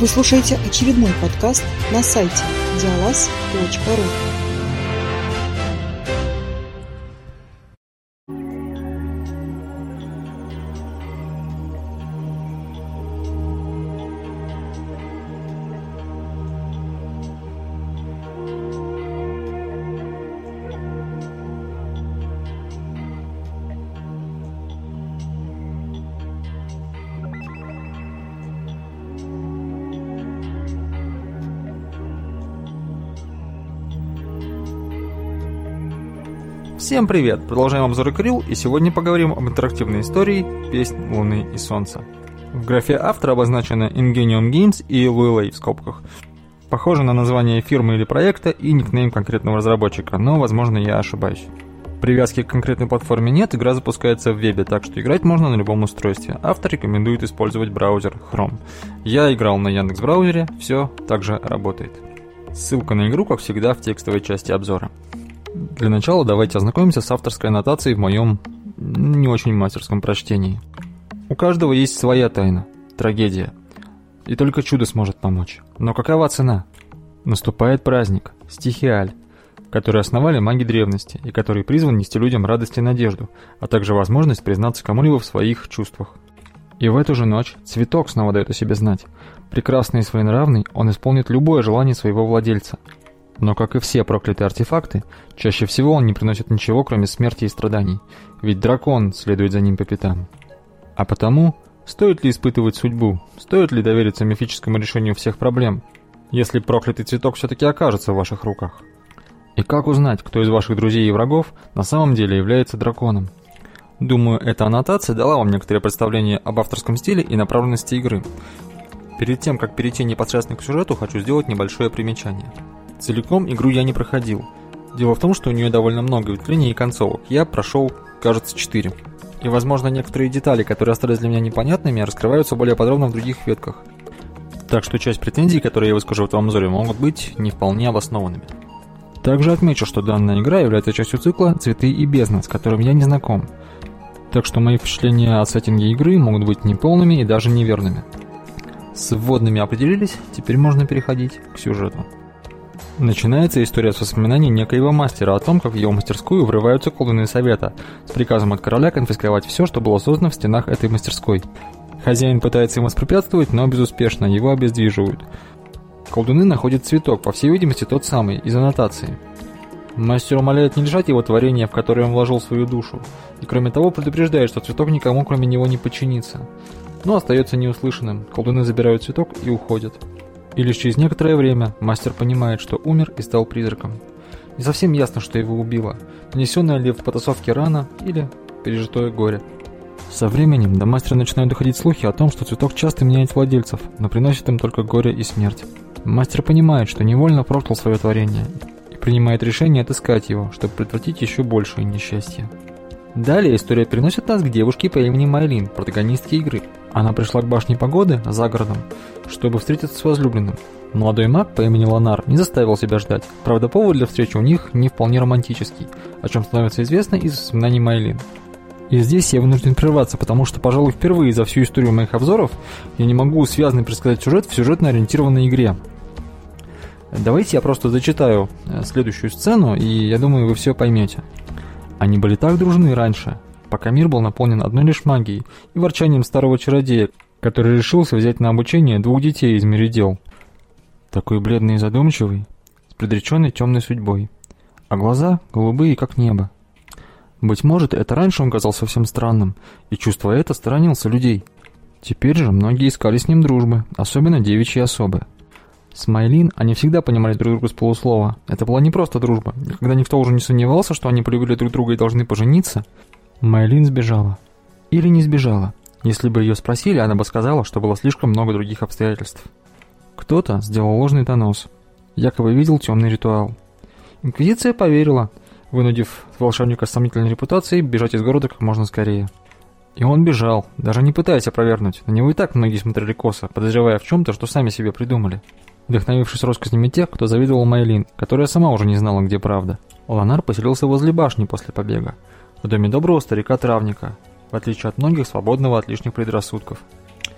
Вы слушаете очередной подкаст на сайте dialas.ru. Всем привет! Продолжаем обзор игрил, и сегодня поговорим об интерактивной истории «Песнь Луны и Солнца». В графе автора обозначено Ingenium Games и Luelay в скобках. Похоже на название фирмы или проекта и никнейм конкретного разработчика, но, возможно, я ошибаюсь. Привязки к конкретной платформе нет, игра запускается в вебе, так что играть можно на любом устройстве. Автор рекомендует использовать браузер Chrome. Я играл на Яндекс.Браузере, все также работает. Ссылка на игру, как всегда, в текстовой части обзора. Для начала давайте ознакомимся с авторской аннотацией в моем не очень мастерском прочтении. У каждого есть своя тайна, трагедия, и только чудо сможет помочь. Но какова цена? Наступает праздник, стихиаль, который основали маги древности и который призван нести людям радость и надежду, а также возможность признаться кому-либо в своих чувствах. И в эту же ночь цветок снова дает о себе знать. Прекрасный и своенравный, он исполнит любое желание своего владельца. Но, как и все проклятые артефакты, чаще всего он не приносит ничего, кроме смерти и страданий, ведь дракон следует за ним по пятам. А потому, стоит ли испытывать судьбу, стоит ли довериться мифическому решению всех проблем, если проклятый цветок все-таки окажется в ваших руках? И как узнать, кто из ваших друзей и врагов на самом деле является драконом? Думаю, эта аннотация дала вам некоторое представление об авторском стиле и направленности игры. Перед тем, как перейти непосредственно к сюжету, хочу сделать небольшое примечание. Целиком игру я не проходил. Дело в том, что у нее довольно много ветвлений и концовок. Я прошел, кажется, 4. И, возможно, некоторые детали, которые остались для меня непонятными, раскрываются более подробно в других ветках. Так что часть претензий, которые я выскажу в этом обзоре, могут быть не вполне обоснованными. Также отмечу, что данная игра является частью цикла «Цветы и бездна», с которым я не знаком. Так что мои впечатления о сеттинге игры могут быть неполными и даже неверными. С вводными определились, теперь можно переходить к сюжету. Начинается история с воспоминаний некоего мастера о том, как в его мастерскую врываются колдуны совета с приказом от короля конфисковать все, что было создано в стенах этой мастерской. Хозяин пытается им воспрепятствовать, но безуспешно, его обездвиживают. Колдуны находят цветок, по всей видимости тот самый, из аннотации. Мастер умоляет не лишать его творения, в которое он вложил свою душу, и кроме того предупреждает, что цветок никому кроме него не подчинится. Но остается неуслышанным, колдуны забирают цветок и уходят. И лишь через некоторое время мастер понимает, что умер и стал призраком. Не совсем ясно, что его убило, нанесенная ли в потасовке рана или пережитое горе. Со временем до мастера начинают доходить слухи о том, что цветок часто меняет владельцев, но приносит им только горе и смерть. Мастер понимает, что невольно проклял свое творение, и принимает решение отыскать его, чтобы предотвратить еще большее несчастье. Далее история переносит нас к девушке по имени Майлин, протагонистке игры. Она пришла к башне погоды, за городом, чтобы встретиться с возлюбленным. Молодой маг по имени Ланар не заставил себя ждать. Правда, повод для встречи у них не вполне романтический, о чем становится известно из воспоминаний Майлин. И здесь я вынужден прерваться, потому что, пожалуй, впервые за всю историю моих обзоров я не могу связно предсказать сюжет в сюжетно ориентированной игре. Давайте я просто зачитаю следующую сцену, и я думаю, вы все поймете. Они были так дружны раньше, пока мир был наполнен одной лишь магией и ворчанием старого чародея, который решился взять на обучение 2 детей из Меридел. Такой бледный и задумчивый, с предреченной темной судьбой, а глаза голубые, как небо. Быть может, это раньше он казался совсем странным, и, чувствуя это, сторонился людей. Теперь же многие искали с ним дружбы, особенно девичьи особы. С Майлин они всегда понимали друг друга с полуслова. Это была не просто дружба. И когда никто уже не сомневался, что они полюбили друг друга и должны пожениться, Майлин сбежала. Или не сбежала. Если бы ее спросили, она бы сказала, что было слишком много других обстоятельств. Кто-то сделал ложный донос. Якобы видел темный ритуал. Инквизиция поверила, вынудив волшебника с сомнительной репутацией бежать из города как можно скорее. И он бежал, даже не пытаясь опровергнуть. На него и так многие смотрели косо, подозревая в чем-то, что сами себе придумали. Вдохновившись россказнями тех, кто завидовал Майлин, которая сама уже не знала, где правда. Ланар поселился возле башни после побега, в доме доброго старика-травника, в отличие от многих, свободного от лишних предрассудков.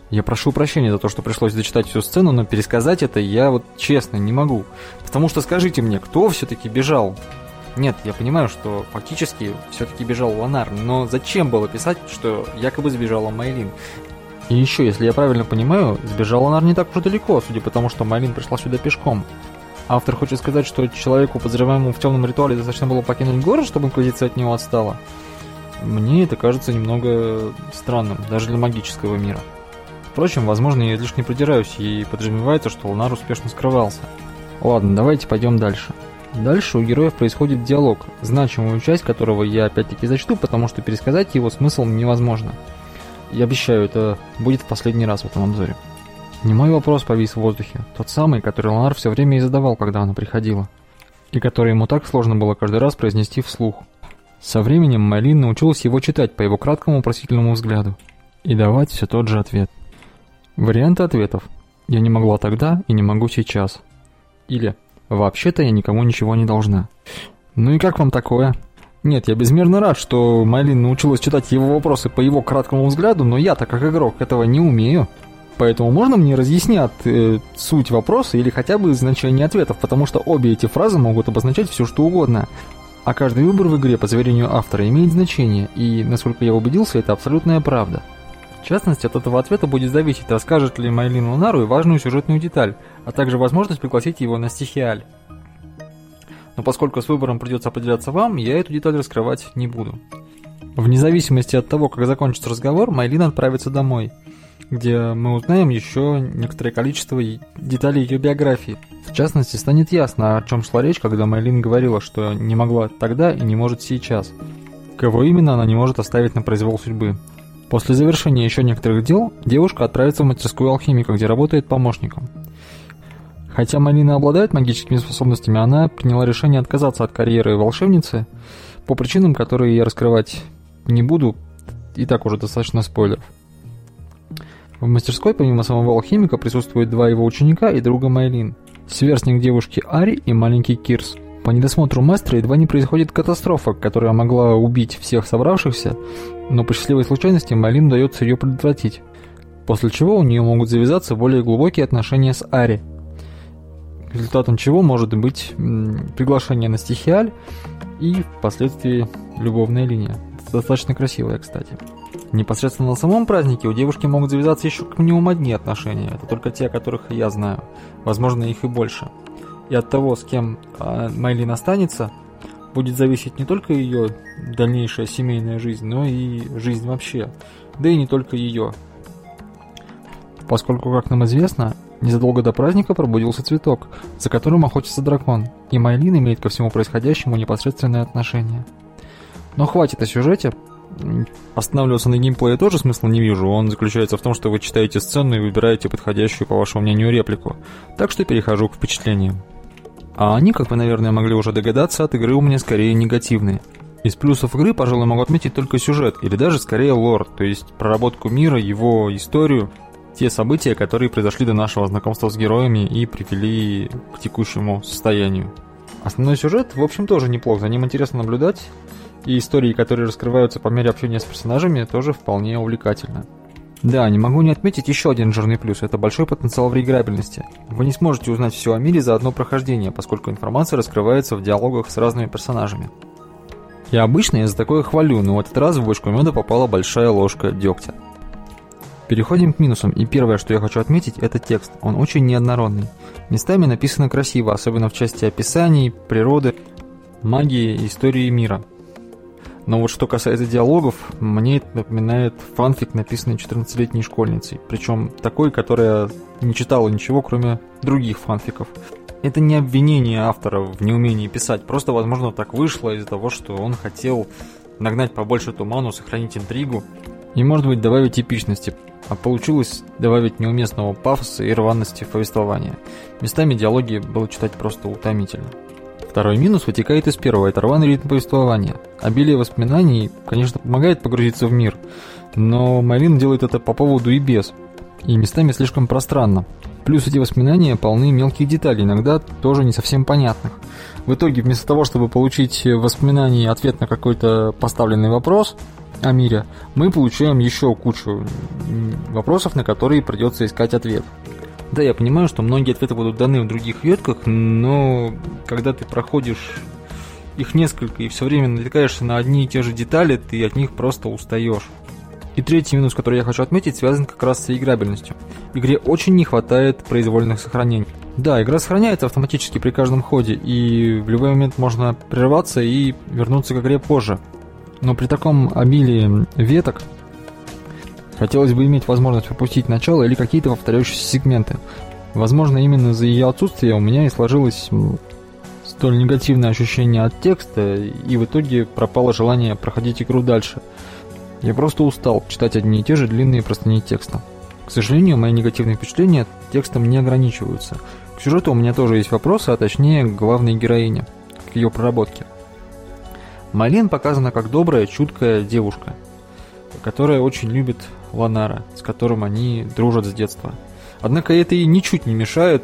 Я прошу прощения за то, что пришлось дочитать всю сцену, но пересказать это я вот честно не могу. Потому что скажите мне, кто все-таки бежал? Нет, я понимаю, что фактически все-таки бежал Ланар, но зачем было писать, что якобы сбежала Майлин? И еще, если я правильно понимаю, сбежал Ланар не так уж и далеко, судя по тому, что Майлин пришла сюда пешком. Автор хочет сказать, что человеку, подозреваемому в темном ритуале, достаточно было покинуть город, чтобы Инквизиция от него отстала? Мне это кажется немного странным, даже для магического мира. Впрочем, возможно, я излишне придираюсь, и подразумевается, что Ланар успешно скрывался. Ладно, давайте пойдем дальше. Дальше у героев происходит диалог, значимую часть которого я опять-таки зачту, потому что пересказать его смысл невозможно. Я обещаю, это будет в последний раз в этом обзоре. Немой вопрос повис в воздухе, тот самый, который Ланар все время и задавал, когда она приходила, и который ему так сложно было каждый раз произнести вслух. Со временем Майлин научилась его читать по его краткому просительному взгляду и давать все тот же ответ. Варианты ответов: «Я не могла тогда и не могу сейчас». Или «Вообще-то я никому ничего не должна». Ну и как вам такое? Нет, я безмерно рад, что Майлин научилась читать его вопросы по его краткому взгляду, но я-то как игрок этого не умею. Поэтому можно мне разъяснять суть вопроса или хотя бы значение ответов, потому что обе эти фразы могут обозначать все что угодно. А каждый выбор в игре, по заверению автора, имеет значение, и, насколько я убедился, это абсолютная правда. В частности, от этого ответа будет зависеть, расскажет ли Майлин Ланару важную сюжетную деталь, а также возможность пригласить его на стихиаль. Но поскольку с выбором придется определяться вам, я эту деталь раскрывать не буду. Вне зависимости от того, как закончится разговор, Майлин отправится домой, где мы узнаем еще некоторое количество деталей ее биографии. В частности, станет ясно, о чем шла речь, когда Майлин говорила, что не могла тогда и не может сейчас. Кого именно она не может оставить на произвол судьбы. После завершения еще некоторых дел, девушка отправится в мастерскую алхимика, где работает помощником. Хотя Майлин обладает магическими способностями, она приняла решение отказаться от карьеры волшебницы по причинам, которые я раскрывать не буду, и так уже достаточно спойлеров. В мастерской помимо самого алхимика присутствуют два его ученика и друга Майлин, сверстник девушки Ари и маленький Кирс. По недосмотру мастера едва не происходит катастрофа, которая могла убить всех собравшихся, но по счастливой случайности Майлин удается ее предотвратить, после чего у нее могут завязаться более глубокие отношения с Ари, результатом чего может быть приглашение на стихиаль и впоследствии любовная линия. Достаточно красивая, кстати. Непосредственно на самом празднике у девушки могут завязаться еще как минимум одни отношения, это только те, о которых я знаю, возможно их и больше. И от того, с кем Майлин останется, будет зависеть не только ее дальнейшая семейная жизнь, но и жизнь вообще, да и не только ее. Поскольку, как нам известно, незадолго до праздника пробудился цветок, за которым охотится дракон, и Майлин имеет ко всему происходящему непосредственное отношение. Но хватит о сюжете. Останавливаться на геймплее тоже смысла не вижу, он заключается в том, что вы читаете сцену и выбираете подходящую, по вашему мнению, реплику, так что перехожу к впечатлениям. А они, как вы, наверное, могли уже догадаться, от игры у меня скорее негативные. Из плюсов игры, пожалуй, могу отметить только сюжет, или даже скорее лор, то есть проработку мира, его историю, те события, которые произошли до нашего знакомства с героями и привели к текущему состоянию. Основной сюжет, в общем, тоже неплох, за ним интересно наблюдать, и истории, которые раскрываются по мере общения с персонажами, тоже вполне увлекательно. Да, не могу не отметить еще один жирный плюс – это большой потенциал в реиграбельности. Вы не сможете узнать все о мире за одно прохождение, поскольку информация раскрывается в диалогах с разными персонажами. И обычно я за такое хвалю, но в этот раз в бочку меда попала большая ложка дегтя. Переходим к минусам, и первое, что я хочу отметить, это текст. Он очень неоднородный. Местами написано красиво, особенно в части описаний, природы, магии и истории мира. Но вот что касается диалогов, мне это напоминает фанфик, написанный 14-летней школьницей. Причем такой, которая не читала ничего, кроме других фанфиков. Это не обвинение автора в неумении писать, просто, возможно, так вышло из-за того, что он хотел нагнать побольше туману, сохранить интригу и, может быть, добавить эпичности, а получилось добавить неуместного пафоса и рваности в повествование. Местами диалоги было читать просто утомительно. Второй минус вытекает из первого – это рваный ритм повествования. Обилие воспоминаний, конечно, помогает погрузиться в мир, но Майлин делает это по поводу и без, и местами слишком пространно. Плюс эти воспоминания полны мелких деталей, иногда тоже не совсем понятных. В итоге, вместо того, чтобы получить в воспоминании ответ на какой-то поставленный вопрос, о мире, мы получаем еще кучу вопросов, на которые придется искать ответ. Да, я понимаю, что многие ответы будут даны в других ветках, но когда ты проходишь их несколько и все время натыкаешься на одни и те же детали, ты от них просто устаешь. И третий минус, который я хочу отметить, связан как раз с играбельностью. Игре очень не хватает произвольных сохранений. Да, игра сохраняется автоматически при каждом ходе, и в любой момент можно прерваться и вернуться к игре позже. Но при таком обилии веток хотелось бы иметь возможность пропустить начало или какие-то повторяющиеся сегменты. Возможно, именно из-за ее отсутствия у меня и сложилось столь негативное ощущение от текста, и в итоге пропало желание проходить игру дальше. Я просто устал читать одни и те же длинные простыни текста. К сожалению, мои негативные впечатления текстом не ограничиваются. К сюжету у меня тоже есть вопросы, а точнее к главной героине, к ее проработке. Майлин показана как добрая, чуткая девушка, которая очень любит Ланара, с которым они дружат с детства. Однако это ей ничуть не мешает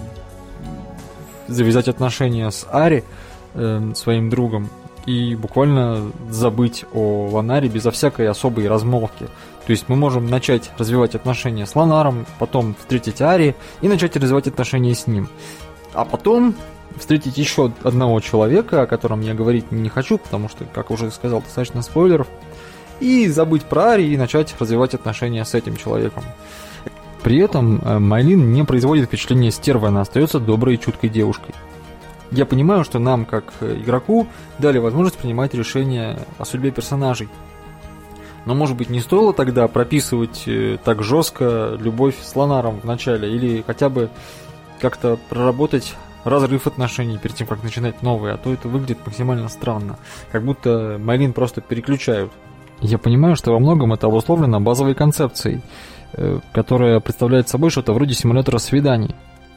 завязать отношения с Ари, своим другом, и буквально забыть о Ланаре безо всякой особой размолвки. То есть мы можем начать развивать отношения с Ланаром, потом встретить Ари и начать развивать отношения с ним. А потом встретить еще одного человека, о котором я говорить не хочу, потому что, как уже сказал, достаточно спойлеров, и забыть про Ари и начать развивать отношения с этим человеком. При этом Майлин не производит впечатление стервы, она остается доброй и чуткой девушкой. Я понимаю, что нам, как игроку, дали возможность принимать решения о судьбе персонажей. Но, может быть, не стоило тогда прописывать так жестко любовь с Ланаром в начале, или хотя бы как-то проработать разрыв отношений перед тем, как начинать новые, а то это выглядит максимально странно, как будто Майлин просто переключают. Я понимаю, что во многом это обусловлено базовой концепцией, которая представляет собой что-то вроде симулятора свиданий.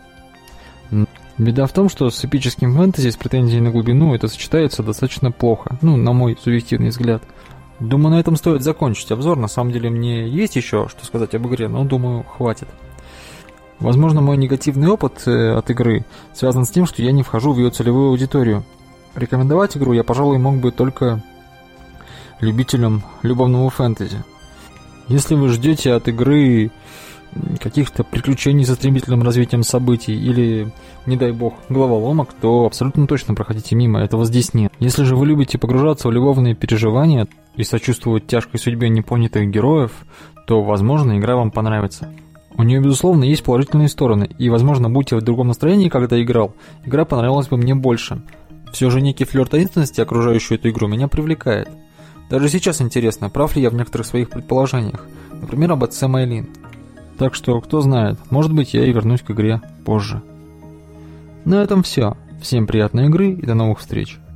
Беда в том, что с эпическим фэнтези, с претензией на глубину, это сочетается достаточно плохо, на мой субъективный взгляд. Думаю, на этом стоит закончить обзор. На самом деле мне есть еще что сказать об игре, но думаю, хватит. Возможно, мой негативный опыт от игры связан с тем, что я не вхожу в ее целевую аудиторию. Рекомендовать игру я, пожалуй, мог бы только любителям любовного фэнтези. Если вы ждете от игры каких-то приключений со стремительным развитием событий или, не дай бог, головоломок, то абсолютно точно проходите мимо, этого здесь нет. Если же вы любите погружаться в любовные переживания и сочувствовать тяжкой судьбе непонятых героев, то, возможно, игра вам понравится. У нее, безусловно, есть положительные стороны, и, возможно, будь я в другом настроении, когда играл, игра понравилась бы мне больше. Все же некий флёр таинственности, окружающий эту игру, меня привлекает. Даже сейчас интересно, прав ли я в некоторых своих предположениях, например, об отце Майлин. Так что, кто знает, может быть, я и вернусь к игре позже. На этом все. Всем приятной игры и до новых встреч.